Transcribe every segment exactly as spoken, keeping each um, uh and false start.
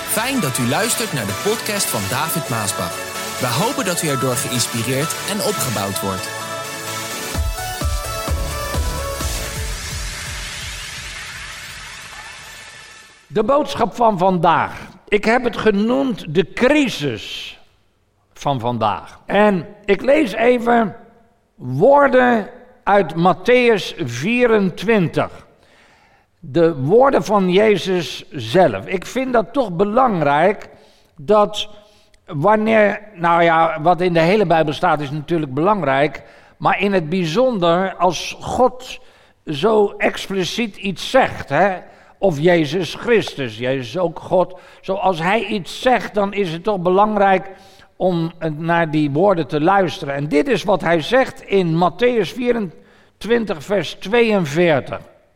Fijn dat u luistert naar de podcast van David Maasbach. We hopen dat u erdoor geïnspireerd en opgebouwd wordt. De boodschap van vandaag. Ik heb het genoemd de crisis van vandaag. En ik lees even woorden uit Mattheüs vierentwintig. De woorden van Jezus zelf. Ik vind dat toch belangrijk dat wanneer, nou ja, wat in de hele Bijbel staat is natuurlijk belangrijk, maar in het bijzonder als God zo expliciet iets zegt, hè, of Jezus Christus, Jezus is ook God, zoals hij iets zegt, dan is het toch belangrijk om naar die woorden te luisteren. En dit is wat hij zegt in Mattheüs vierentwintig vers tweeënveertig.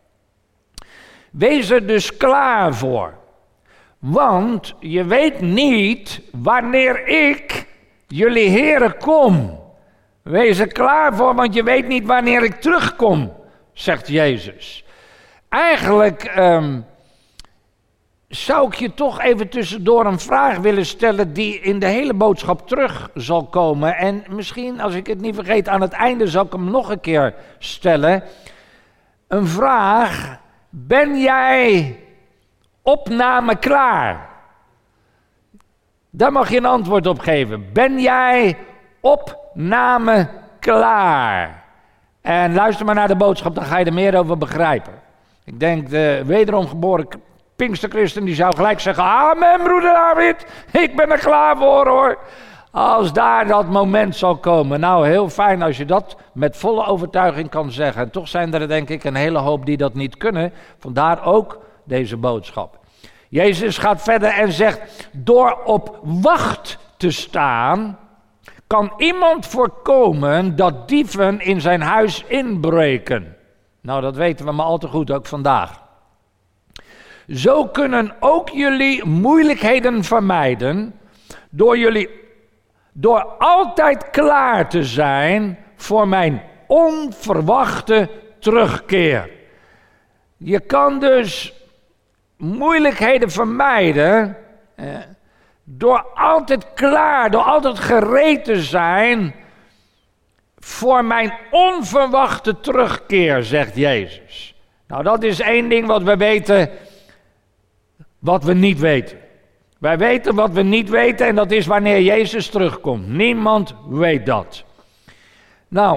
Wees er dus klaar voor, want je weet niet wanneer ik, jullie Heere, kom. Wees er klaar voor, want je weet niet wanneer ik terugkom, zegt Jezus. Eigenlijk um, zou ik je toch even tussendoor een vraag willen stellen die in de hele boodschap terug zal komen. En misschien, als ik het niet vergeet, aan het einde zal ik hem nog een keer stellen. Een vraag: ben jij opname klaar? Daar mag je een antwoord op geven. Ben jij opname klaar? En luister maar naar de boodschap, dan ga je er meer over begrijpen. Ik denk de wederom geboren Pinksterchristen die zou gelijk zeggen: amen, broeder David, ik ben er klaar voor hoor. Als daar dat moment zal komen. Nou, heel fijn als je dat met volle overtuiging kan zeggen. En toch zijn er denk ik een hele hoop die dat niet kunnen. Vandaar ook deze boodschap. Jezus gaat verder en zegt: door op wacht te staan, kan iemand voorkomen dat dieven in zijn huis inbreken. Nou, dat weten we maar al te goed, ook vandaag. Zo kunnen ook jullie moeilijkheden vermijden door jullie Door altijd klaar te zijn voor mijn onverwachte terugkeer. Je kan dus moeilijkheden vermijden eh, door altijd klaar, door altijd gereed te zijn voor mijn onverwachte terugkeer, zegt Jezus. Nou, dat is één ding wat we weten, wat we niet weten. Wij weten wat we niet weten en dat is wanneer Jezus terugkomt. Niemand weet dat. Nou,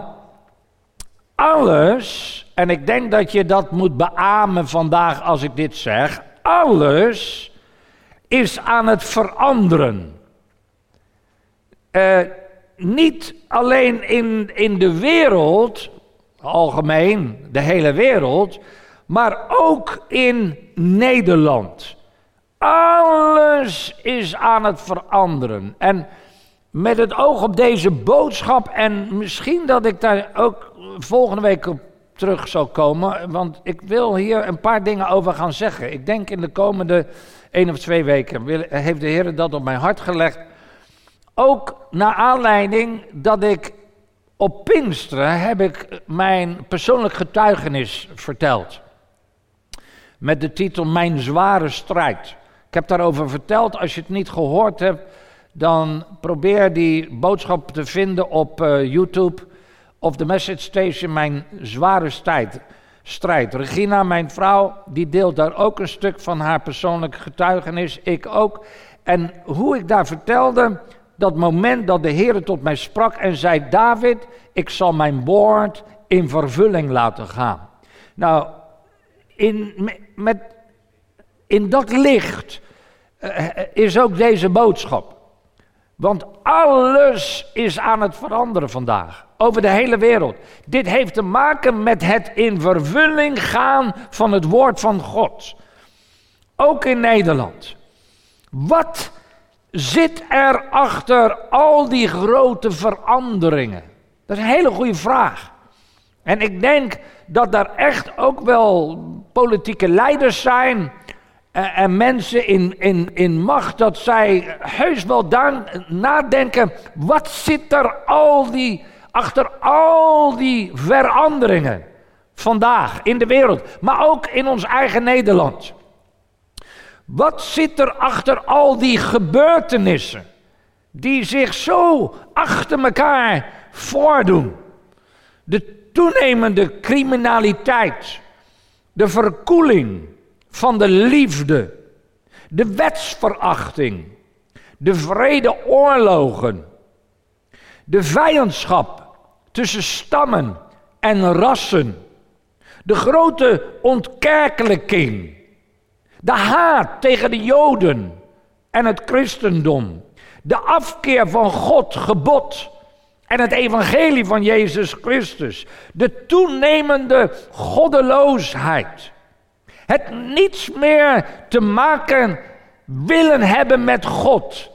alles, en ik denk dat je dat moet beamen vandaag als ik dit zeg, alles is aan het veranderen. Uh, niet alleen in, in de wereld, algemeen, de hele wereld, maar ook in Nederland. Alles is aan het veranderen. En met het oog op deze boodschap, en misschien dat ik daar ook volgende week op terug zal komen, want ik wil hier een paar dingen over gaan zeggen. Ik denk in de komende één of twee weken wil, heeft de Heer dat op mijn hart gelegd. Ook naar aanleiding dat ik op Pinksteren heb ik mijn persoonlijk getuigenis verteld. Met de titel Mijn zware strijd. Ik heb daarover verteld. Als je het niet gehoord hebt, dan probeer die boodschap te vinden op uh, YouTube of de Message Station, Mijn zware strijd. strijd. Regina, mijn vrouw, die deelt daar ook een stuk van haar persoonlijke getuigenis. Ik ook. En hoe ik daar vertelde, dat moment dat de Heer tot mij sprak en zei: David, ik zal mijn woord in vervulling laten gaan. Nou, in, met, in dat licht uh, is ook deze boodschap. Want alles is aan het veranderen vandaag. Over de hele wereld. Dit heeft te maken met het in vervulling gaan van het woord van God. Ook in Nederland. Wat zit er achter al die grote veranderingen? Dat is een hele goede vraag. En ik denk dat daar echt ook wel politieke leiders zijn en, en mensen in, in, in macht, dat zij heus wel daar nadenken: wat zit er al die, achter al die veranderingen vandaag in de wereld, maar ook in ons eigen Nederland. Wat zit er achter al die gebeurtenissen die zich zo achter elkaar voordoen? De toenemende criminaliteit, de verkoeling van de liefde, de wetsverachting, de vredeoorlogen, de vijandschap tussen stammen en rassen, de grote ontkerkelijking, de haat tegen de Joden en het christendom, de afkeer van God, gebod en het evangelie van Jezus Christus, de toenemende goddeloosheid, het niets meer te maken willen hebben met God.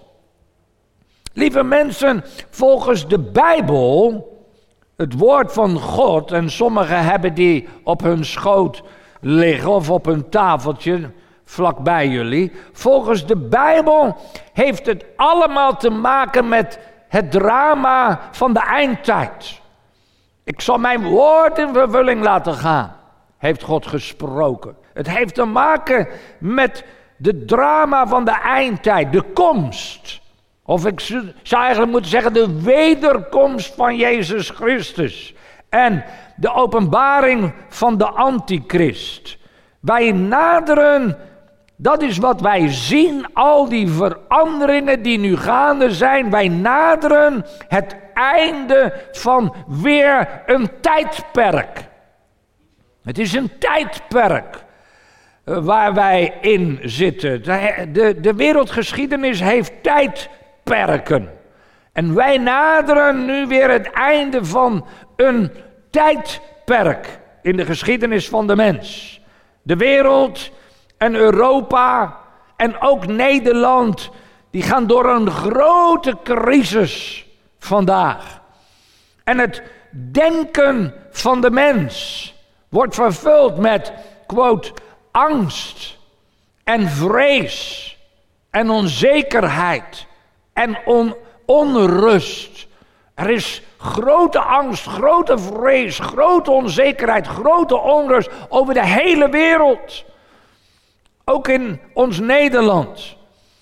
Lieve mensen, volgens de Bijbel, het woord van God, en sommigen hebben die op hun schoot liggen of op hun tafeltje vlakbij jullie. Volgens de Bijbel heeft het allemaal te maken met het drama van de eindtijd. Ik zal mijn woord in vervulling laten gaan, heeft God gesproken. Het heeft te maken met de drama van de eindtijd, de komst. Of ik zou eigenlijk moeten zeggen de wederkomst van Jezus Christus. En de openbaring van de antichrist. Wij naderen, dat is wat wij zien, al die veranderingen die nu gaande zijn. Wij naderen het einde van weer een tijdperk. Het is een tijdperk waar wij in zitten. De, de, de wereldgeschiedenis heeft tijdperken. En wij naderen nu weer het einde van een tijdperk in de geschiedenis van de mens. De wereld en Europa en ook Nederland, die gaan door een grote crisis vandaag. En het denken van de mens wordt vervuld met, quote, angst en vrees en onzekerheid en on, onrust. Er is grote angst, grote vrees, grote onzekerheid, grote onrust over de hele wereld. Ook in ons Nederland.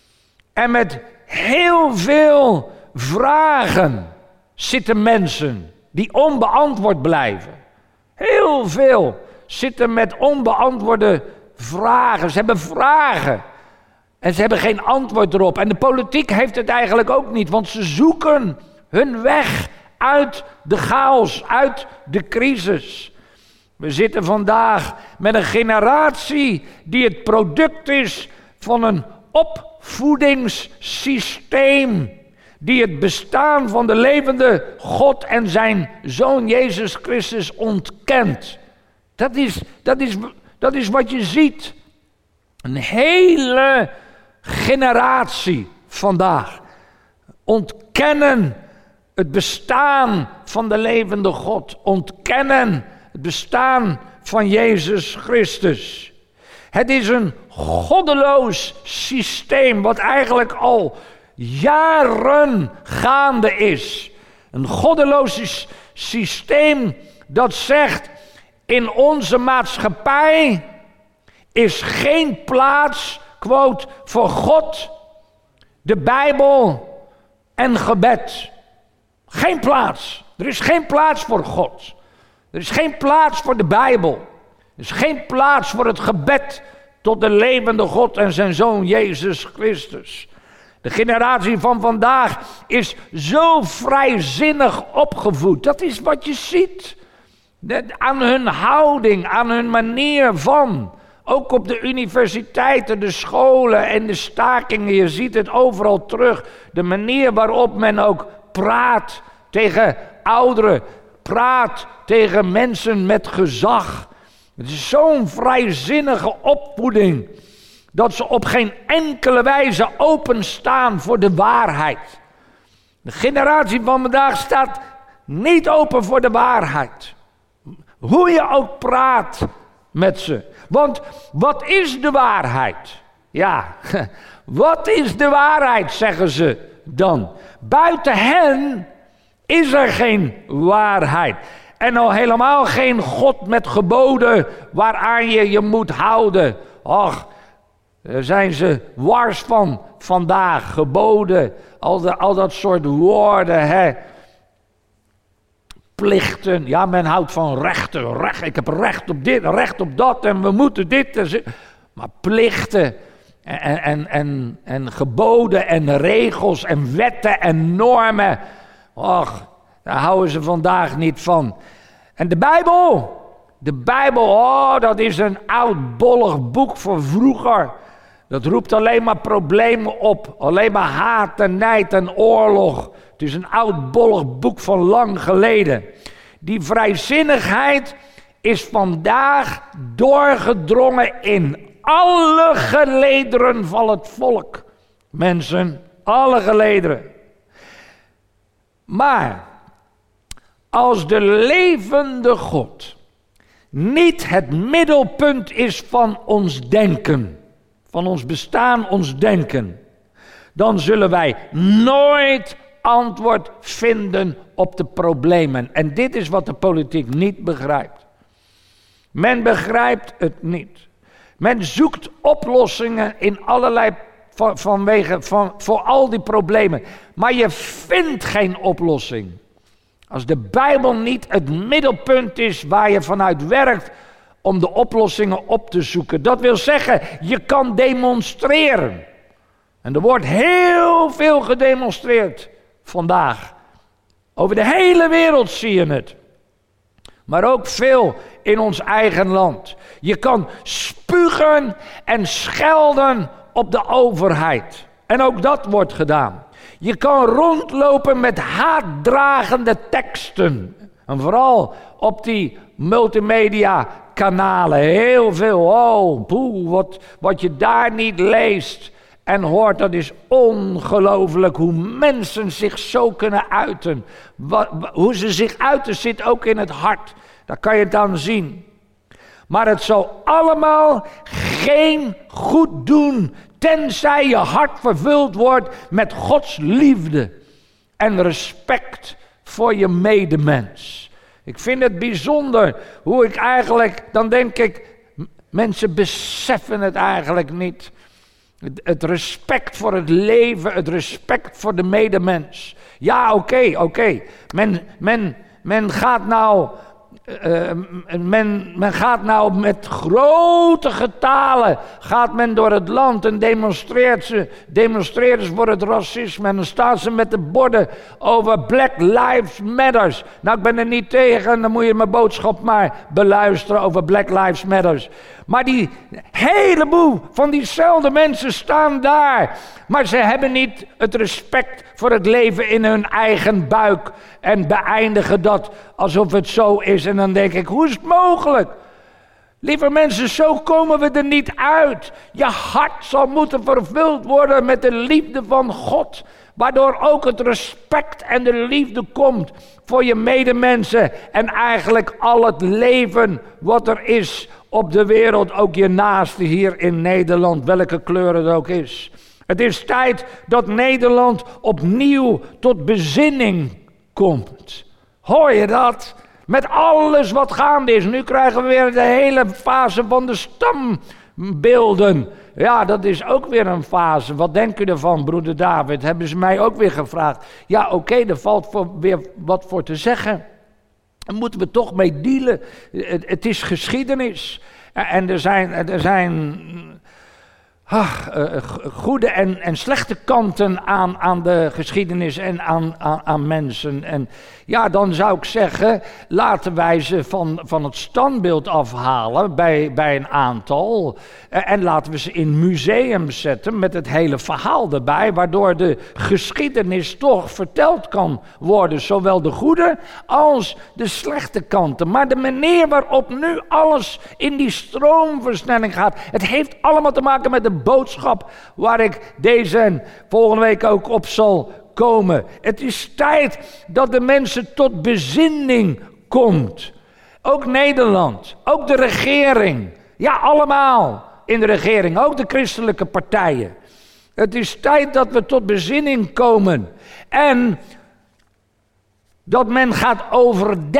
En met heel veel vragen zitten mensen die onbeantwoord blijven. Heel veel zitten met onbeantwoorde vragen. Ze hebben vragen. En ze hebben geen antwoord erop. En de politiek heeft het eigenlijk ook niet. Want ze zoeken hun weg uit de chaos, uit de crisis. We zitten vandaag met een generatie die het product is van een opvoedingssysteem. Die het bestaan van de levende God en zijn Zoon Jezus Christus ontkent. Dat is, dat is, dat is wat je ziet. Een hele generatie vandaag ontkennen het bestaan van de levende God. Ontkennen het bestaan van Jezus Christus. Het is een goddeloos systeem wat eigenlijk al jaren gaande is. Een goddeloos systeem dat zegt: in onze maatschappij is geen plaats, quote, voor God, de Bijbel en gebed. Geen plaats. Er is geen plaats voor God. Er is geen plaats voor de Bijbel. Er is geen plaats voor het gebed tot de levende God en zijn Zoon Jezus Christus. De generatie van vandaag is zo vrijzinnig opgevoed. Dat is wat je ziet. Aan hun houding, aan hun manier van. Ook op de universiteiten, de scholen en de stakingen. Je ziet het overal terug. De manier waarop men ook praat tegen ouderen. Praat tegen mensen met gezag. Het is zo'n vrijzinnige opvoeding. Dat ze op geen enkele wijze openstaan voor de waarheid. De generatie van vandaag staat niet open voor de waarheid. Hoe je ook praat met ze. Want wat is de waarheid? Ja, wat is de waarheid, zeggen ze dan. Buiten hen is er geen waarheid. En al helemaal geen God met geboden waaraan je je moet houden. Och, Daar zijn ze wars van vandaag, geboden, al, de, al dat soort woorden, hè. Plichten, ja, men houdt van rechten, recht, ik heb recht op dit, recht op dat en we moeten dit. En maar plichten en, en, en, en geboden en regels en wetten en normen, och, daar houden ze vandaag niet van. En de Bijbel, de Bijbel, oh, dat is een oudbollig boek van vroeger. Dat roept alleen maar problemen op, alleen maar haat en nijd en oorlog. Het is een oudbollig boek van lang geleden. Die vrijzinnigheid is vandaag doorgedrongen in alle gelederen van het volk. Mensen, alle gelederen. Maar als de levende God niet het middelpunt is van ons denken, van ons bestaan, ons denken, dan zullen wij nooit antwoord vinden op de problemen. En dit is wat de politiek niet begrijpt. Men begrijpt het niet. Men zoekt oplossingen in allerlei van, vanwege van, voor al die problemen. Maar je vindt geen oplossing. Als de Bijbel niet het middelpunt is waar je vanuit werkt om de oplossingen op te zoeken. Dat wil zeggen, je kan demonstreren. En er wordt heel veel gedemonstreerd vandaag. Over de hele wereld zie je het. Maar ook veel in ons eigen land. Je kan spugen en schelden op de overheid. En ook dat wordt gedaan. Je kan rondlopen met haatdragende teksten. En vooral op die multimedia kanalen. Heel veel. Oh, poeh, wat, wat je daar niet leest en hoort, dat is ongelooflijk hoe mensen zich zo kunnen uiten. Wat, hoe ze zich uiten zit ook in het hart. Daar kan je het aan zien. Maar het zal allemaal geen goed doen, tenzij je hart vervuld wordt met Gods liefde en respect voor je medemens. Ik vind het bijzonder hoe ik eigenlijk, dan denk ik, mensen beseffen het eigenlijk niet. Het, het respect voor het leven, het respect voor de medemens. Ja, oké, okay, oké. Okay. Men, men, men gaat nou... Uh, men, men gaat nou met grote getalen gaat men door het land en demonstreert ze, demonstreren ze voor het racisme. En dan staan ze met de borden over Black Lives Matters. Nou, ik ben er niet tegen, dan moet je mijn boodschap maar beluisteren over Black Lives Matters. Maar die heleboel van diezelfde mensen staan daar. Maar ze hebben niet het respect voor het leven in hun eigen buik. En beëindigen dat alsof het zo is. En dan denk ik, hoe is het mogelijk? Lieve mensen, zo komen we er niet uit. Je hart zal moeten vervuld worden met de liefde van God. Waardoor ook het respect en de liefde komt voor je medemensen. En eigenlijk al het leven wat er is op de wereld. Ook je naaste hier in Nederland, welke kleur het ook is. Het is tijd dat Nederland opnieuw tot bezinning komt. Hoor je dat? Met alles wat gaande is. Nu krijgen we weer de hele fase van de stambeelden. Ja, dat is ook weer een fase. Wat denkt u ervan, broeder David? Hebben ze mij ook weer gevraagd. Ja, oké, okay, er valt voor, weer wat voor te zeggen. Daar moeten we toch mee dealen. Het, het is geschiedenis. En er zijn... Er zijn Ach, uh, goede en, en slechte kanten aan, aan de geschiedenis en aan, aan, aan mensen. En ja, dan zou ik zeggen, laten wij ze van, van het standbeeld afhalen bij, bij een aantal. Uh, en laten we ze in museums zetten met het hele verhaal erbij. Waardoor de geschiedenis toch verteld kan worden. Zowel de goede als de slechte kanten. Maar de manier waarop nu alles in die stroomversnelling gaat. Het heeft allemaal te maken met de boodschap waar ik deze en volgende week ook op zal komen. Het is tijd dat de mensen tot bezinning komt. Ook Nederland, ook de regering. Ja, allemaal in de regering, ook de christelijke partijen. Het is tijd dat we tot bezinning komen. En dat men gaat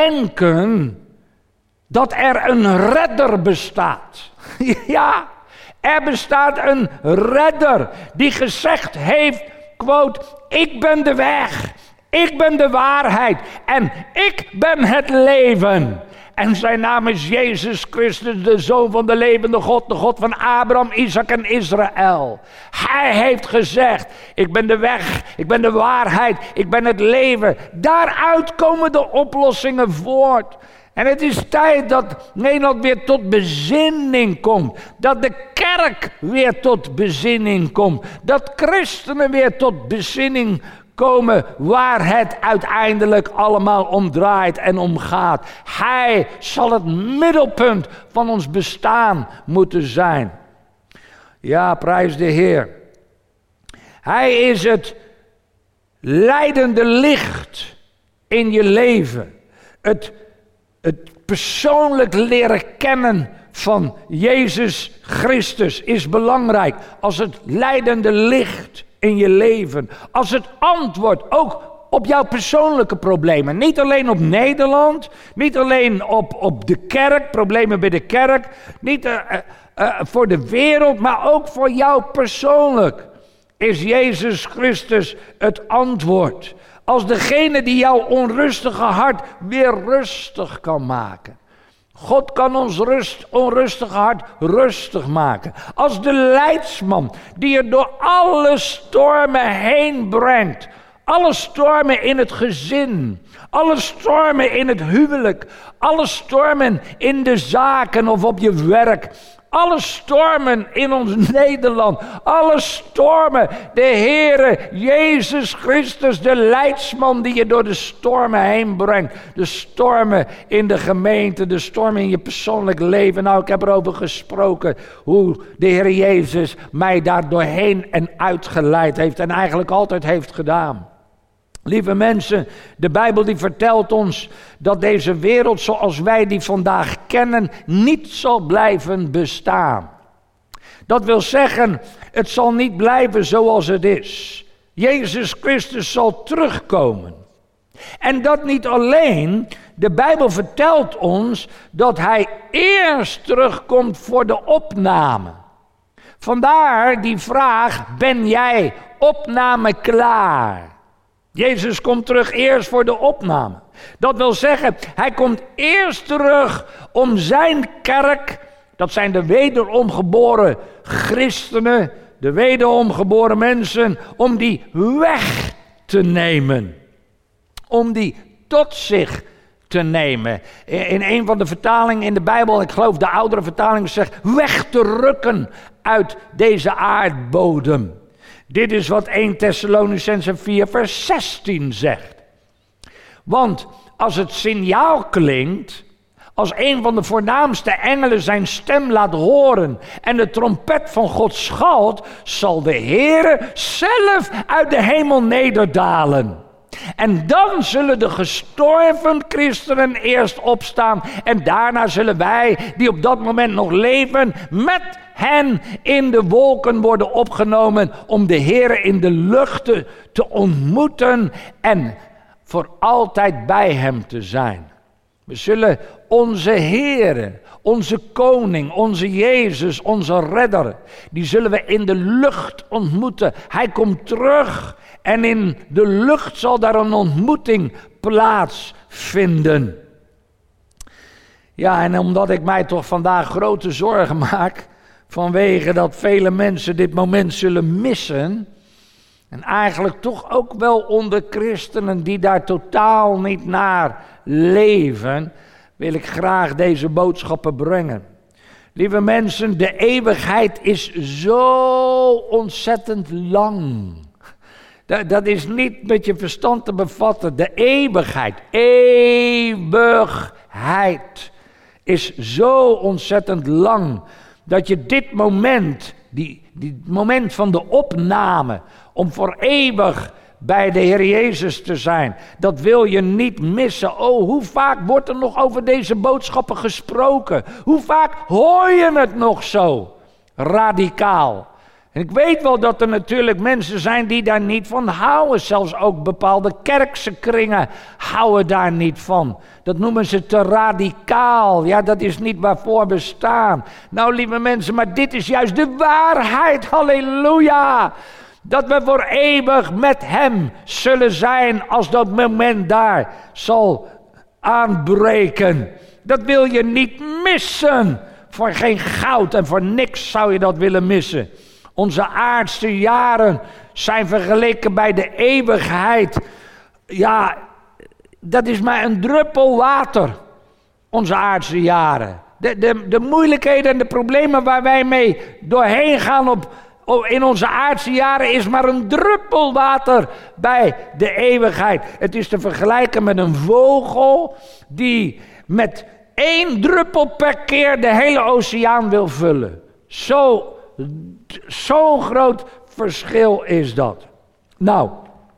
overdenken dat er een redder bestaat. Ja. Er bestaat een redder die gezegd heeft, quote, ik ben de weg, ik ben de waarheid en ik ben het leven. En zijn naam is Jezus Christus, de Zoon van de levende God, de God van Abraham, Isaac en Israël. Hij heeft gezegd, ik ben de weg, ik ben de waarheid, ik ben het leven. Daaruit komen de oplossingen voort. En het is tijd dat Nederland weer tot bezinning komt. Dat de kerk weer tot bezinning komt. Dat christenen weer tot bezinning komen waar het uiteindelijk allemaal om draait en om gaat. Hij zal het middelpunt van ons bestaan moeten zijn. Ja, prijs de Heer. Hij is het leidende licht in je leven. Het, het persoonlijk leren kennen van Jezus Christus is belangrijk als het leidende licht in je leven. Als het antwoord ook op jouw persoonlijke problemen. Niet alleen op Nederland, niet alleen op, op de kerk, problemen bij de kerk, niet uh, uh, voor de wereld, maar ook voor jou persoonlijk is Jezus Christus het antwoord. Als degene die jouw onrustige hart weer rustig kan maken. God kan ons rust, onrustige hart rustig maken. Als de leidsman die je door alle stormen heen brengt. Alle stormen in het gezin. Alle stormen in het huwelijk. Alle stormen in de zaken of op je werk. Alle stormen in ons Nederland. Alle stormen. De Heere Jezus Christus, de leidsman die je door de stormen heen brengt. De stormen in de gemeente, de stormen in je persoonlijk leven. Nou, ik heb erover gesproken hoe de Heer Jezus mij daar doorheen en uitgeleid heeft. En eigenlijk altijd heeft gedaan. Lieve mensen, de Bijbel die vertelt ons dat deze wereld zoals wij die vandaag kennen niet zal blijven bestaan. Dat wil zeggen, het zal niet blijven zoals het is. Jezus Christus zal terugkomen. En dat niet alleen, de Bijbel vertelt ons dat hij eerst terugkomt voor de opname. Vandaar die vraag, ben jij opname klaar? Jezus komt terug eerst voor de opname. Dat wil zeggen, hij komt eerst terug om zijn kerk, dat zijn de wederomgeboren christenen, de wederomgeboren mensen, om die weg te nemen. Om die tot zich te nemen. In een van de vertalingen in de Bijbel, ik geloof de oudere vertaling zegt, weg te rukken uit deze aardbodem. Dit is wat eerste Thessalonicenzen vier vers zestien zegt. Want als het signaal klinkt, als een van de voornaamste engelen zijn stem laat horen en de trompet van God schalt, zal de Heere zelf uit de hemel nederdalen. En dan zullen de gestorven christenen eerst opstaan en daarna zullen wij, die op dat moment nog leven, met hen in de wolken worden opgenomen om de Heere in de lucht te, te ontmoeten en voor altijd bij hem te zijn. We zullen onze Heere, onze koning, onze Jezus, onze redder, die zullen we in de lucht ontmoeten. Hij komt terug en in de lucht zal daar een ontmoeting plaatsvinden. Ja, en omdat ik mij toch vandaag grote zorgen maak, vanwege dat vele mensen dit moment zullen missen, en eigenlijk toch ook wel onder christenen die daar totaal niet naar leven, wil ik graag deze boodschappen brengen. Lieve mensen, de eeuwigheid is zo ontzettend lang. Dat, dat is niet met je verstand te bevatten. De eeuwigheid, eeuwigheid is zo ontzettend lang, dat je dit moment, die, die moment van de opname, om voor eeuwig bij de Heer Jezus te zijn, dat wil je niet missen. Oh, hoe vaak wordt er nog over deze boodschappen gesproken? Hoe vaak hoor je het nog zo radicaal? En ik weet wel dat er natuurlijk mensen zijn die daar niet van houden. Zelfs ook bepaalde kerkse kringen houden daar niet van. Dat noemen ze te radicaal. Ja, dat is niet waarvoor we staan. Nou, lieve mensen, maar dit is juist de waarheid. Halleluja! Dat we voor eeuwig met hem zullen zijn als dat moment daar zal aanbreken. Dat wil je niet missen. Voor geen goud en voor niks zou je dat willen missen. Onze aardse jaren zijn vergeleken bij de eeuwigheid. Ja, dat is maar een druppel water. Onze aardse jaren. De, de, de moeilijkheden en de problemen waar wij mee doorheen gaan op, op, in onze aardse jaren is maar een druppel water bij de eeuwigheid. Het is te vergelijken met een vogel die met één druppel per keer de hele oceaan wil vullen. Zo Zo'n groot verschil is dat. Nou,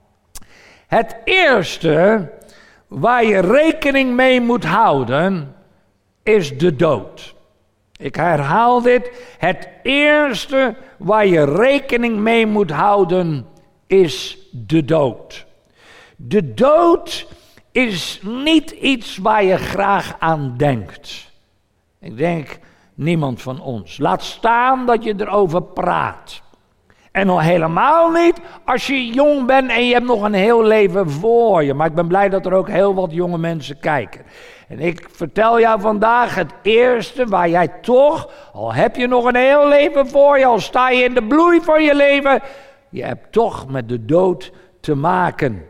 het eerste waar je rekening mee moet houden is de dood. Ik herhaal dit. Het eerste waar je rekening mee moet houden is de dood. De dood is niet iets waar je graag aan denkt. Ik denk niemand van ons. Laat staan dat je erover praat. En al helemaal niet als je jong bent en je hebt nog een heel leven voor je. Maar ik ben blij dat er ook heel wat jonge mensen kijken. En ik vertel jou vandaag het eerste waar jij toch, al heb je nog een heel leven voor je, al sta je in de bloei van je leven, je hebt toch met de dood te maken.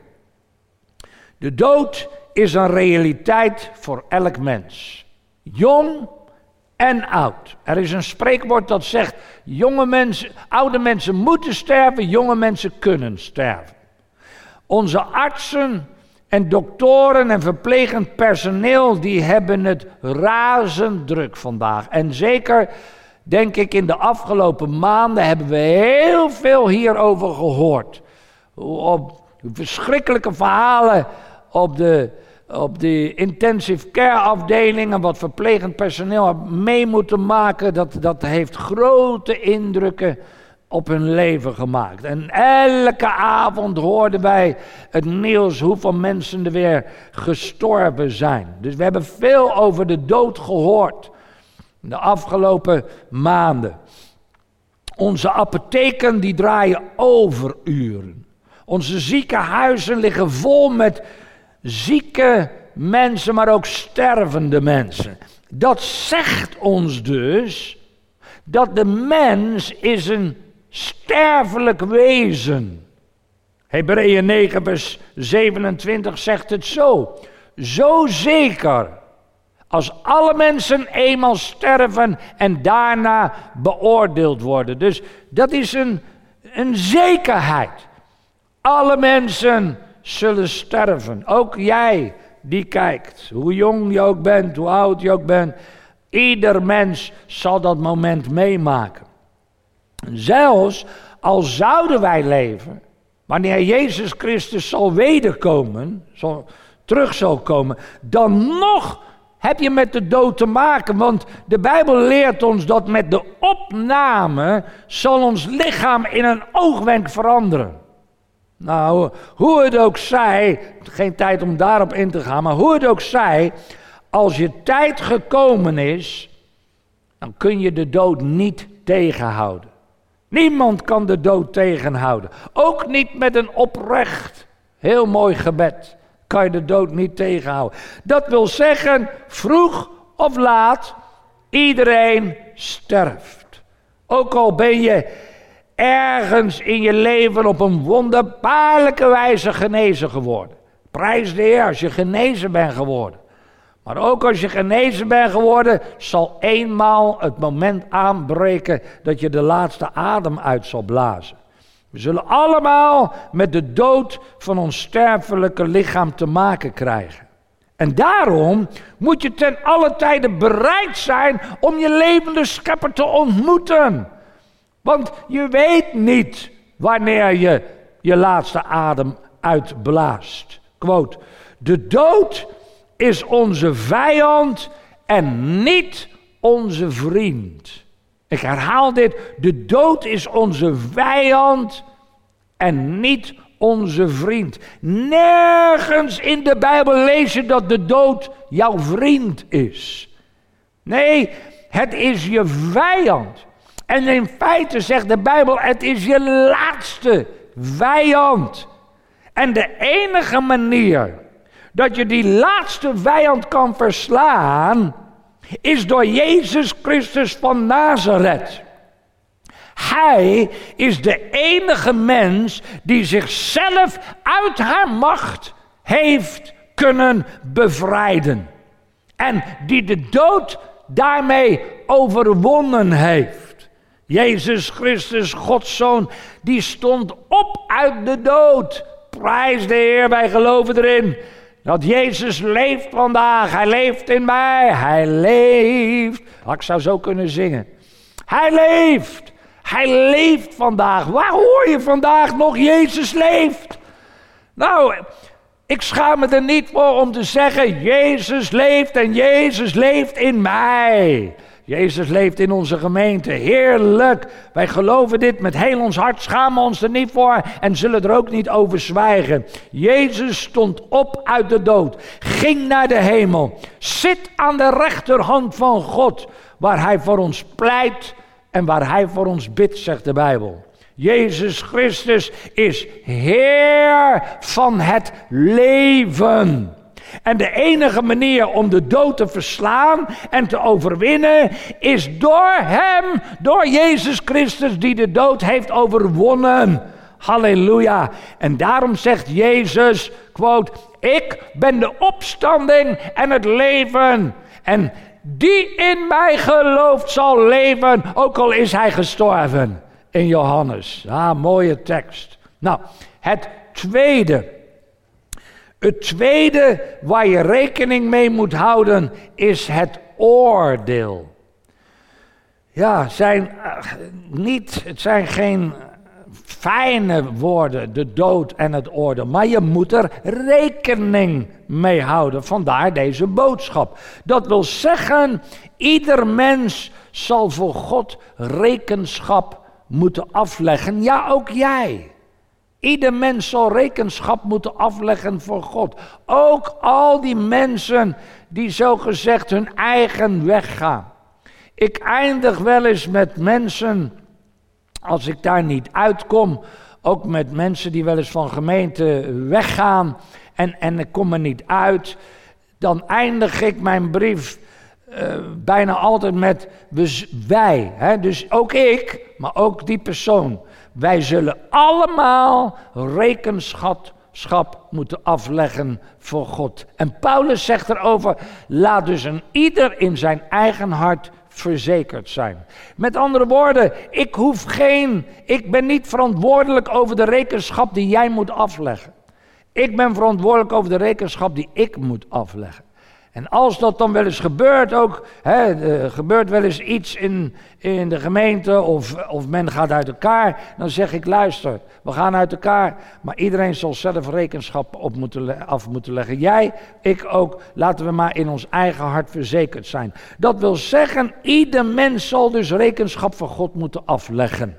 De dood is een realiteit voor elk mens. Jong en oud. Er is een spreekwoord dat zegt, jonge mensen, oude mensen moeten sterven, jonge mensen kunnen sterven. Onze artsen en doktoren en verplegend personeel, die hebben het razend druk vandaag. En zeker, denk ik, in de afgelopen maanden hebben we heel veel hierover gehoord. Op verschrikkelijke verhalen op de, op de intensive care afdelingen, wat verplegend personeel mee moeten maken, dat, dat heeft grote indrukken op hun leven gemaakt. En elke avond hoorden wij het nieuws hoeveel mensen er weer gestorven zijn. Dus we hebben veel over de dood gehoord de afgelopen maanden. Onze apotheken die draaien overuren. Onze ziekenhuizen liggen vol met zieke mensen, maar ook stervende mensen. Dat zegt ons dus dat de mens is een sterfelijk wezen. Hebreeën negen vers zevenentwintig zegt het zo. Zo zeker als alle mensen eenmaal sterven en daarna beoordeeld worden. Dus dat is een, een zekerheid. Alle mensen zullen sterven. Ook jij die kijkt. Hoe jong je ook bent, hoe oud je ook bent. Ieder mens zal dat moment meemaken. Zelfs al zouden wij leven, wanneer Jezus Christus zal wederkomen, zal, terug zal komen, dan nog heb je met de dood te maken. Want de Bijbel leert ons dat met de opname zal ons lichaam in een oogwenk veranderen. Nou, hoe het ook zij, geen tijd om daarop in te gaan, maar hoe het ook zij, als je tijd gekomen is, dan kun je de dood niet tegenhouden. Niemand kan de dood tegenhouden. Ook niet met een oprecht, heel mooi gebed kan je de dood niet tegenhouden. Dat wil zeggen, vroeg of laat, iedereen sterft. Ook al ben je ergens in je leven op een wonderbaarlijke wijze genezen geworden. Prijs de Heer als je genezen bent geworden. Maar ook als je genezen bent geworden, zal eenmaal het moment aanbreken dat je de laatste adem uit zal blazen. We zullen allemaal met de dood van ons sterfelijke lichaam te maken krijgen. En daarom moet je ten alle tijde bereid zijn om je levende schepper te ontmoeten. Want je weet niet wanneer je je laatste adem uitblaast. Quote, de dood is onze vijand en niet onze vriend. Ik herhaal dit, de dood is onze vijand en niet onze vriend. Nergens in de Bijbel lees je dat de dood jouw vriend is. Nee, het is je vijand. En in feite zegt de Bijbel, het is je laatste vijand. En de enige manier dat je die laatste vijand kan verslaan, is door Jezus Christus van Nazareth. Hij is de enige mens die zichzelf uit haar macht heeft kunnen bevrijden. En die de dood daarmee overwonnen heeft. Jezus Christus, Gods Zoon, die stond op uit de dood. Prijs de Heer, wij geloven erin. Dat Jezus leeft vandaag. Hij leeft in mij. Hij leeft. Oh, ik zou zo kunnen zingen. Hij leeft. Hij leeft vandaag. Waar hoor je vandaag nog Jezus leeft? Nou, ik schaam me er niet voor om te zeggen, Jezus leeft en Jezus leeft in mij. Jezus leeft in onze gemeente. Heerlijk. Wij geloven dit met heel ons hart, schamen ons er niet voor en zullen er ook niet over zwijgen. Jezus stond op uit de dood, ging naar de hemel, zit aan de rechterhand van God, waar hij voor ons pleit en waar hij voor ons bidt, zegt de Bijbel. Jezus Christus is Heer van het leven. En de enige manier om de dood te verslaan en te overwinnen is door hem, door Jezus Christus die de dood heeft overwonnen. Halleluja. En daarom zegt Jezus, quote, ik ben de opstanding en het leven. En die in mij gelooft zal leven, ook al is hij gestorven. In Johannes. Ah, mooie tekst. Nou, het tweede. Het tweede waar je rekening mee moet houden is het oordeel. Ja, zijn, uh, niet, het zijn geen fijne woorden, de dood en het oordeel. Maar je moet er rekening mee houden. Vandaar deze boodschap. Dat wil zeggen, ieder mens zal voor God rekenschap moeten afleggen. Ja, ook jij. Ieder mens zal rekenschap moeten afleggen voor God. Ook al die mensen die zogezegd hun eigen weg gaan. Ik eindig wel eens met mensen, als ik daar niet uitkom, ook met mensen die wel eens van gemeente weggaan en, en ik kom er niet uit, dan eindig ik mijn brief uh, bijna altijd met wij. Hè? Dus ook ik, maar ook die persoon. Wij zullen allemaal rekenschap moeten afleggen voor God. En Paulus zegt erover, laat dus een ieder in zijn eigen hart verzekerd zijn. Met andere woorden, ik hoef geen, ik ben niet verantwoordelijk over de rekenschap die jij moet afleggen. Ik ben verantwoordelijk over de rekenschap die ik moet afleggen. En als dat dan wel eens gebeurt ook, hè, er gebeurt wel eens iets in, in de gemeente of, of men gaat uit elkaar, dan zeg ik luister, we gaan uit elkaar, maar iedereen zal zelf rekenschap op moeten, af moeten leggen. Jij, ik ook, laten we maar in ons eigen hart verzekerd zijn. Dat wil zeggen, ieder mens zal dus rekenschap voor God moeten afleggen.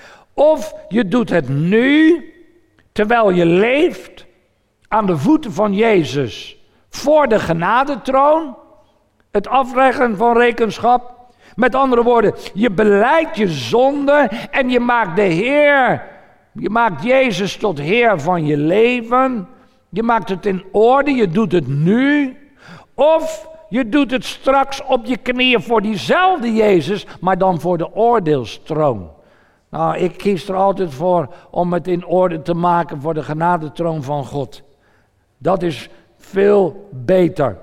Of je doet het nu, terwijl je leeft, aan de voeten van Jezus. Voor de genadetroon, het afleggen van rekenschap. Met andere woorden, je belijdt je zonde en je maakt de Heer, je maakt Jezus tot Heer van je leven. Je maakt het in orde, je doet het nu. Of je doet het straks op je knieën voor diezelfde Jezus, maar dan voor de oordeelstroon. Nou, ik kies er altijd voor om het in orde te maken voor de genadetroon van God. Dat is veel beter.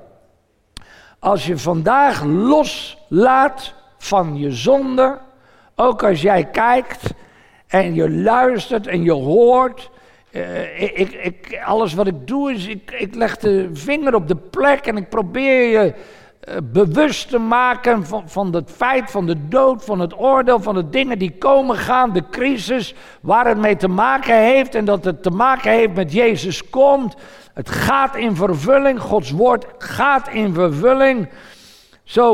Als je vandaag loslaat van je zonde, ook als jij kijkt en je luistert en je hoort, uh, ik, ik, alles wat ik doe is, ik, ik leg de vinger op de plek en ik probeer je uh, bewust te maken van, van het feit van de dood, van het oordeel, van de dingen die komen gaan, de crisis, waar het mee te maken heeft en dat het te maken heeft met Jezus komt. Het gaat in vervulling, Gods woord gaat in vervulling. Zo,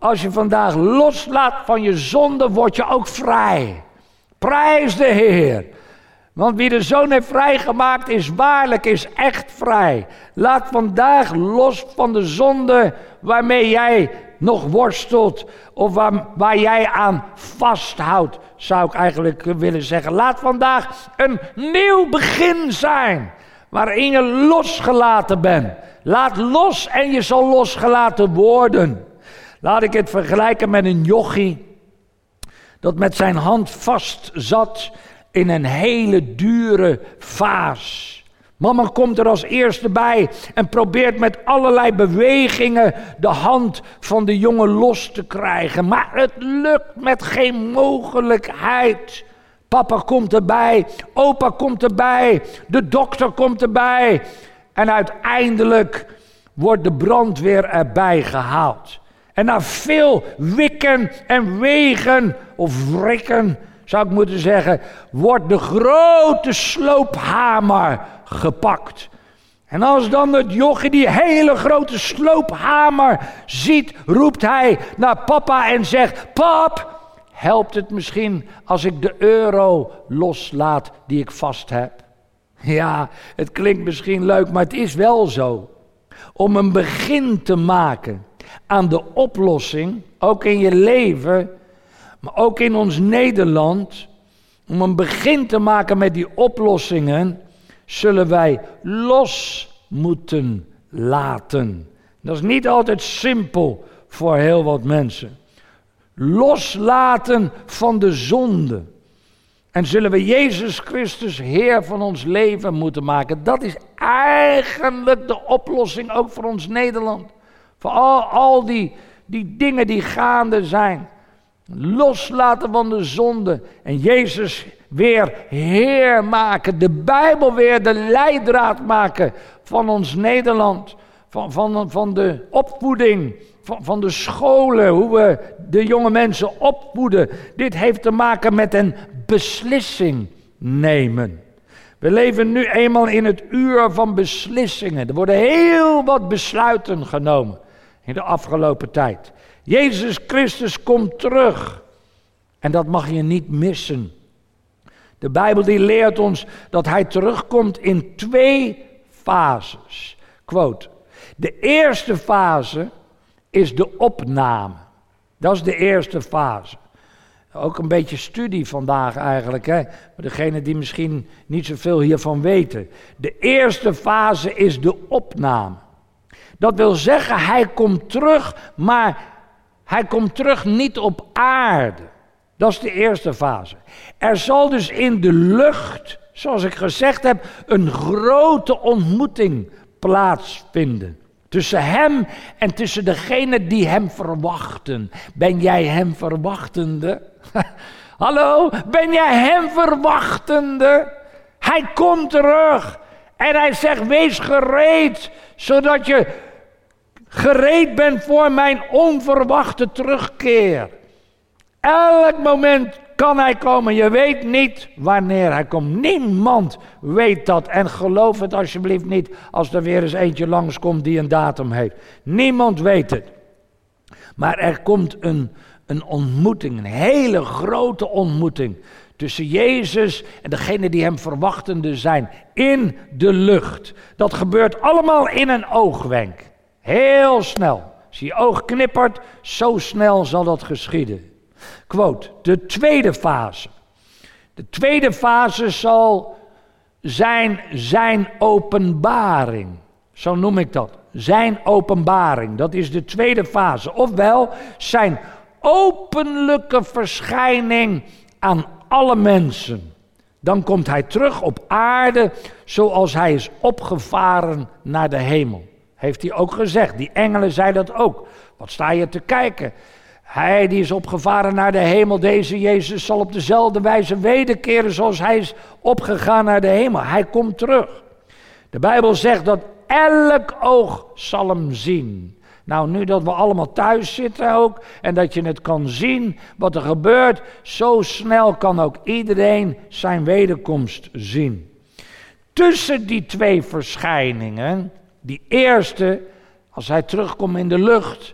als je vandaag loslaat van je zonde, word je ook vrij. Prijs de Heer. Want wie de Zoon heeft vrijgemaakt is waarlijk, is echt vrij. Laat vandaag los van de zonde waarmee jij nog worstelt. Of waar, waar jij aan vasthoudt, zou ik eigenlijk willen zeggen. Laat vandaag een nieuw begin zijn. Waarin je losgelaten bent. Laat los en je zal losgelaten worden. Laat ik het vergelijken met een jochie. Dat met zijn hand vast zat in een hele dure vaas. Mama komt er als eerste bij en probeert met allerlei bewegingen de hand van de jongen los te krijgen. Maar het lukt met geen mogelijkheid. Papa komt erbij, opa komt erbij, de dokter komt erbij. En uiteindelijk wordt de brandweer erbij gehaald. En na veel wikken en wegen, of wrikken zou ik moeten zeggen, wordt de grote sloophamer gepakt. En als dan het jochie die hele grote sloophamer ziet, roept hij naar papa en zegt: pap, helpt het misschien als ik de euro loslaat die ik vast heb? Ja, het klinkt misschien leuk, maar het is wel zo. Om een begin te maken aan de oplossing, ook in je leven, maar ook in ons Nederland, om een begin te maken met die oplossingen, zullen wij los moeten laten. Dat is niet altijd simpel voor heel wat mensen. Loslaten van de zonde. En zullen we Jezus Christus Heer van ons leven moeten maken. Dat is eigenlijk de oplossing ook voor ons Nederland. Voor al, al die, die dingen die gaande zijn. Loslaten van de zonde. En Jezus weer Heer maken. De Bijbel weer de leidraad maken van ons Nederland. Van, van, van de opvoeding. Van, van de scholen. Hoe we de jonge mensen opvoeden. Dit heeft te maken met een beslissing nemen. We leven nu eenmaal in het uur van beslissingen. Er worden heel wat besluiten genomen in de afgelopen tijd. Jezus Christus komt terug. En dat mag je niet missen. De Bijbel die leert ons dat hij terugkomt in twee fases. Quote: de eerste fase is de opname. Dat is de eerste fase. Ook een beetje studie vandaag eigenlijk, hè? Voor degenen die misschien niet zoveel hiervan weten. De eerste fase is de opname. Dat wil zeggen, hij komt terug, maar hij komt terug niet op aarde. Dat is de eerste fase. Er zal dus in de lucht, zoals ik gezegd heb, een grote ontmoeting plaatsvinden. Tussen hem en tussen degenen die hem verwachten. Ben jij hem verwachtende? Hallo, ben jij hem verwachtende? Hij komt terug. En hij zegt, wees gereed, zodat je gereed bent voor mijn onverwachte terugkeer. Elk moment kan hij komen. Je weet niet wanneer hij komt. Niemand weet dat. En geloof het alsjeblieft niet als er weer eens eentje langskomt die een datum heeft. Niemand weet het. Maar er komt een, een ontmoeting, een hele grote ontmoeting tussen Jezus en degene die hem verwachtende zijn in de lucht. Dat gebeurt allemaal in een oogwenk. Heel snel. Als je oog knippert, zo snel zal dat geschieden. Quote, de tweede fase. De tweede fase zal zijn zijn openbaring. Zo noem ik dat. Zijn openbaring. Dat is de tweede fase. Ofwel, zijn openlijke verschijning aan alle mensen. Dan komt hij terug op aarde zoals hij is opgevaren naar de hemel. Heeft hij ook gezegd. Die engelen zeiden dat ook. Wat sta je te kijken? Hij die is opgevaren naar de hemel, deze Jezus zal op dezelfde wijze wederkeren zoals hij is opgegaan naar de hemel. Hij komt terug. De Bijbel zegt dat elk oog zal hem zien. Nou, nu dat we allemaal thuis zitten ook en dat je het kan zien wat er gebeurt, zo snel kan ook iedereen zijn wederkomst zien. Tussen die twee verschijningen, die eerste, als hij terugkomt in de lucht,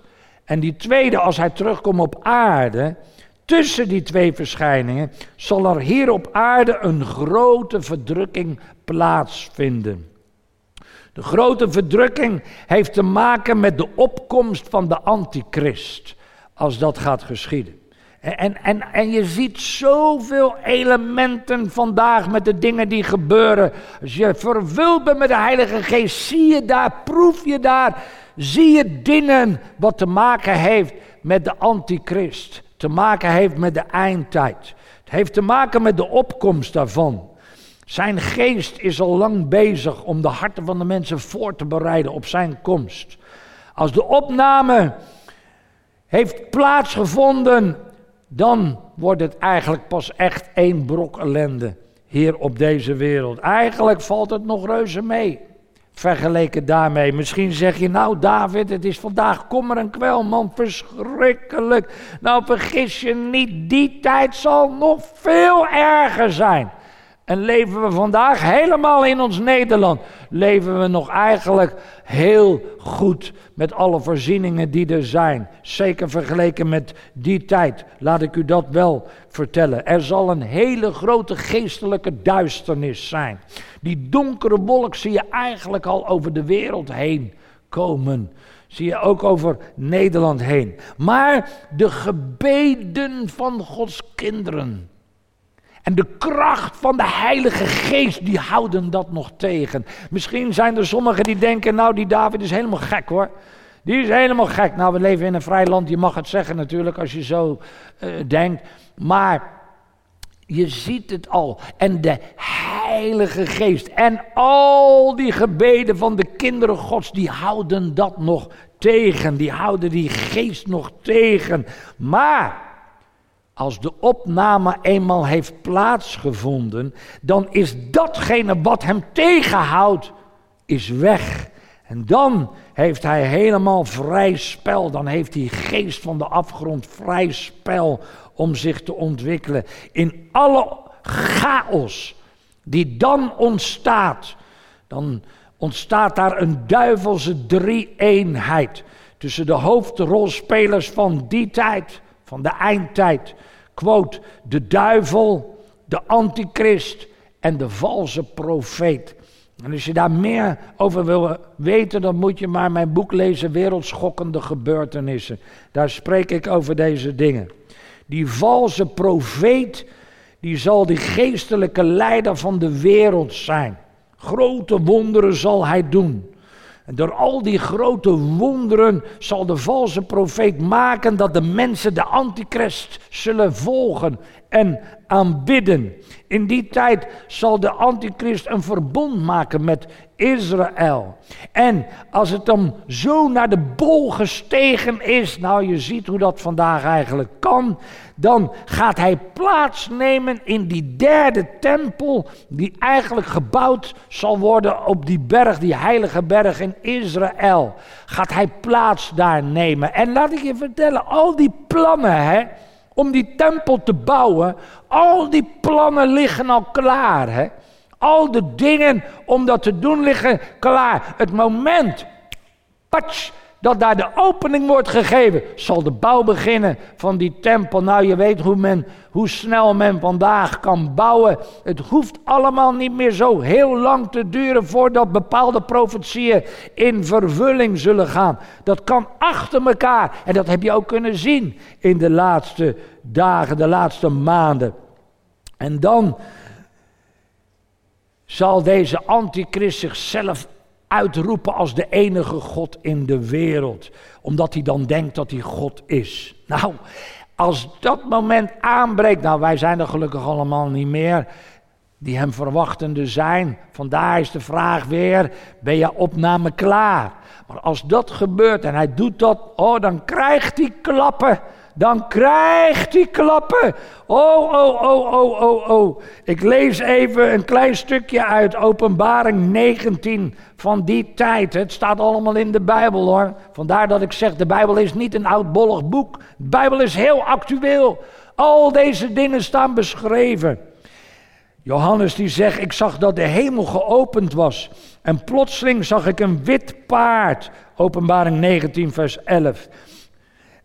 En die tweede, als hij terugkomt op aarde, tussen die twee verschijningen, zal er hier op aarde een grote verdrukking plaatsvinden. De grote verdrukking heeft te maken met de opkomst van de antichrist, als dat gaat geschieden. En, en, en je ziet zoveel elementen vandaag met de dingen die gebeuren. Als je vervuld bent met de Heilige Geest, zie je daar, proef je daar, zie je dingen wat te maken heeft met de antichrist. Te maken heeft met de eindtijd. Het heeft te maken met de opkomst daarvan. Zijn geest is al lang bezig om de harten van de mensen voor te bereiden op zijn komst. Als de opname heeft plaatsgevonden, dan wordt het eigenlijk pas echt één brok ellende hier op deze wereld. Eigenlijk valt het nog reuze mee, vergeleken daarmee. Misschien zeg je, nou David, het is vandaag kommer en kwel, man, verschrikkelijk. Nou vergis je niet, die tijd zal nog veel erger zijn. En leven we vandaag helemaal in ons Nederland, leven we nog eigenlijk heel goed met alle voorzieningen die er zijn. Zeker vergeleken met die tijd, laat ik u dat wel vertellen. Er zal een hele grote geestelijke duisternis zijn. Die donkere wolk zie je eigenlijk al over de wereld heen komen. Zie je ook over Nederland heen. Maar de gebeden van Gods kinderen en de kracht van de Heilige Geest, die houden dat nog tegen. Misschien zijn er sommigen die denken, nou die David is helemaal gek hoor. Die is helemaal gek. Nou, we leven in een vrij land, je mag het zeggen natuurlijk als je zo uh, denkt. Maar je ziet het al. En de Heilige Geest en al die gebeden van de kinderen Gods, die houden dat nog tegen. Die houden die geest nog tegen. Maar als de opname eenmaal heeft plaatsgevonden, dan is datgene wat hem tegenhoudt, is weg. En dan heeft hij helemaal vrij spel. Dan heeft die geest van de afgrond vrij spel om zich te ontwikkelen. In alle chaos die dan ontstaat, dan ontstaat daar een duivelse drie-eenheid tussen de hoofdrolspelers van die tijd, van de eindtijd. Quote, de duivel, de antichrist en de valse profeet. En als je daar meer over wil weten, dan moet je maar mijn boek lezen, Wereldschokkende Gebeurtenissen. Daar spreek ik over deze dingen. Die valse profeet, die zal die geestelijke leider van de wereld zijn. Grote wonderen zal hij doen. En door al die grote wonderen zal de valse profeet maken dat de mensen de antichrist zullen volgen en aanbidden. In die tijd zal de antichrist een verbond maken met Israël. En als het dan zo naar de bol gestegen is, nou je ziet hoe dat vandaag eigenlijk kan, dan gaat hij plaatsnemen in die derde tempel die eigenlijk gebouwd zal worden op die berg, die heilige berg in Israël. Gaat hij plaats daar nemen. En laat ik je vertellen, al die plannen hè, om die tempel te bouwen, al die plannen liggen al klaar. Hè. Al de dingen om dat te doen liggen klaar. Het moment, patsch, dat daar de opening wordt gegeven, zal de bouw beginnen van die tempel. Nou, je weet hoe, men, hoe snel men vandaag kan bouwen. Het hoeft allemaal niet meer zo heel lang te duren voordat bepaalde profetieën in vervulling zullen gaan. Dat kan achter elkaar. En dat heb je ook kunnen zien in de laatste dagen, de laatste maanden. En dan zal deze antichrist zichzelf uitroepen als de enige God in de wereld. Omdat hij dan denkt dat hij God is. Nou, als dat moment aanbreekt, nou wij zijn er gelukkig allemaal niet meer, die hem verwachtende zijn. Vandaar is de vraag weer, ben je opname klaar? Maar als dat gebeurt en hij doet dat, oh dan krijgt hij klappen. Dan krijgt hij klappen. Oh, oh, oh, oh, oh, oh. Ik lees even een klein stukje uit Openbaring negentien van die tijd. Het staat allemaal in de Bijbel hoor. Vandaar dat ik zeg, de Bijbel is niet een oudbollig boek. De Bijbel is heel actueel. Al deze dingen staan beschreven. Johannes die zegt, ik zag dat de hemel geopend was. En plotseling zag ik een wit paard. Openbaring negentien vers elf.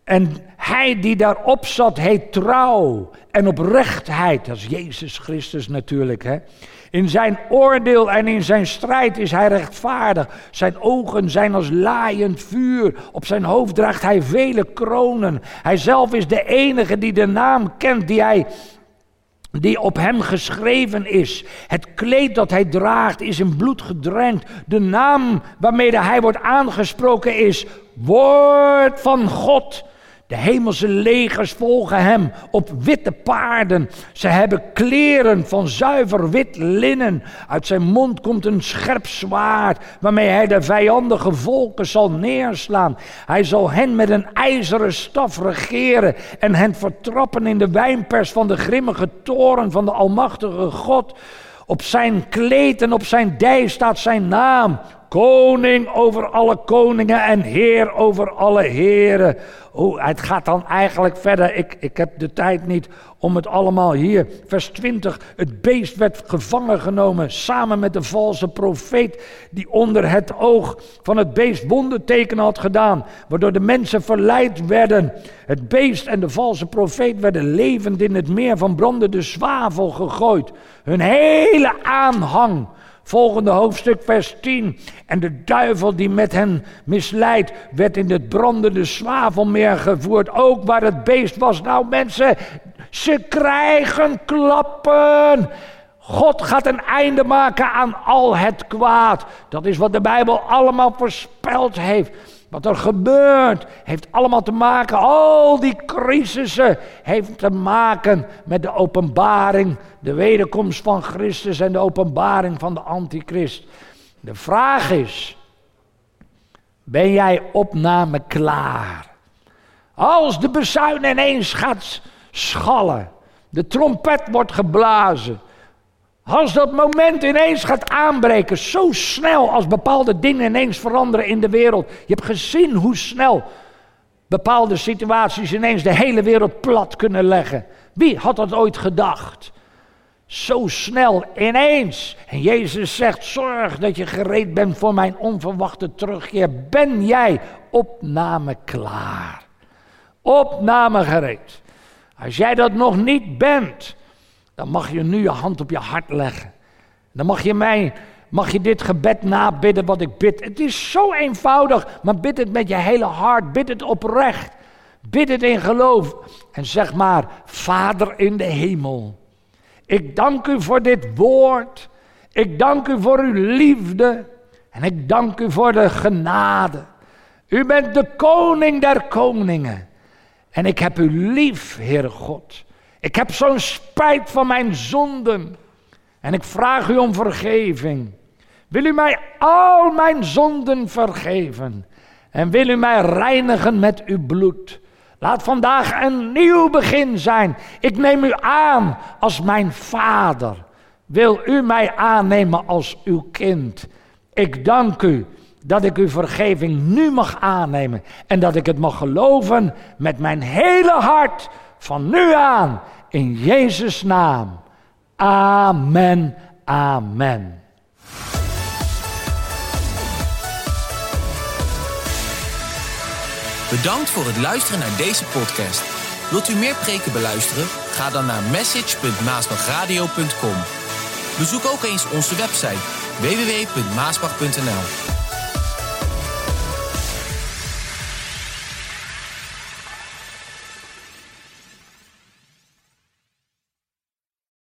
En hij die daarop zat, heet trouw en oprechtheid. Dat is Jezus Christus natuurlijk, hè. In zijn oordeel en in zijn strijd is hij rechtvaardig. Zijn ogen zijn als laaiend vuur. Op zijn hoofd draagt hij vele kronen. Hij zelf is de enige die de naam kent die, hij, die op hem geschreven is. Het kleed dat hij draagt is in bloed gedrenkt. De naam waarmee hij wordt aangesproken is Woord van God. De hemelse legers volgen hem op witte paarden. Ze hebben kleren van zuiver wit linnen. Uit zijn mond komt een scherp zwaard, waarmee hij de vijandige volken zal neerslaan. Hij zal hen met een ijzeren staf regeren en hen vertrappen in de wijnpers van de grimmige toorn van de almachtige God. Op zijn kleed en op zijn dij staat zijn naam. Koning over alle koningen en heer over alle heren. Oh, het gaat dan eigenlijk verder. Ik, ik heb de tijd niet om het allemaal hier. Vers twintig. Het beest werd gevangen genomen samen met de valse profeet die onder het oog van het beest wondertekenen had gedaan. Waardoor de mensen verleid werden. Het beest en de valse profeet werden levend in het meer van brandende zwavel gegooid. Hun hele aanhang. Volgende hoofdstuk vers tien. En de duivel die met hen misleidt werd in het brandende zwavelmeer gevoerd. Ook waar het beest was. Nou mensen, ze krijgen klappen. God gaat een einde maken aan al het kwaad. Dat is wat de Bijbel allemaal voorspeld heeft. Wat er gebeurt, heeft allemaal te maken, al die crisissen, heeft te maken met de openbaring, de wederkomst van Christus en de openbaring van de antichrist. De vraag is, ben jij opname klaar? Als de bezuin ineens gaat schallen, de trompet wordt geblazen, als dat moment ineens gaat aanbreken, zo snel als bepaalde dingen ineens veranderen in de wereld. Je hebt gezien hoe snel bepaalde situaties ineens de hele wereld plat kunnen leggen. Wie had dat ooit gedacht? Zo snel ineens. En Jezus zegt, zorg dat je gereed bent voor mijn onverwachte terugkeer. Ben jij opname klaar? Opname gereed. Als jij dat nog niet bent, dan mag je nu je hand op je hart leggen. Dan mag je mij, mag je dit gebed nabidden wat ik bid. Het is zo eenvoudig, maar bid het met je hele hart. Bid het oprecht. Bid het in geloof. En zeg maar, Vader in de hemel. Ik dank u voor dit woord. Ik dank u voor uw liefde. En ik dank u voor de genade. U bent de koning der koningen. En ik heb u lief, Heere God. Ik heb zo'n spijt van mijn zonden. En ik vraag u om vergeving. Wil u mij al mijn zonden vergeven? En wil u mij reinigen met uw bloed? Laat vandaag een nieuw begin zijn. Ik neem u aan als mijn vader. Wil u mij aannemen als uw kind? Ik dank u dat ik uw vergeving nu mag aannemen. En dat ik het mag geloven met mijn hele hart van nu aan. In Jezus' naam. Amen. Amen. Bedankt voor het luisteren naar deze podcast. Wilt u meer preken beluisteren? Ga dan naar message punt maasbachradio punt com. Bezoek ook eens onze website w w w punt maasbach punt n l.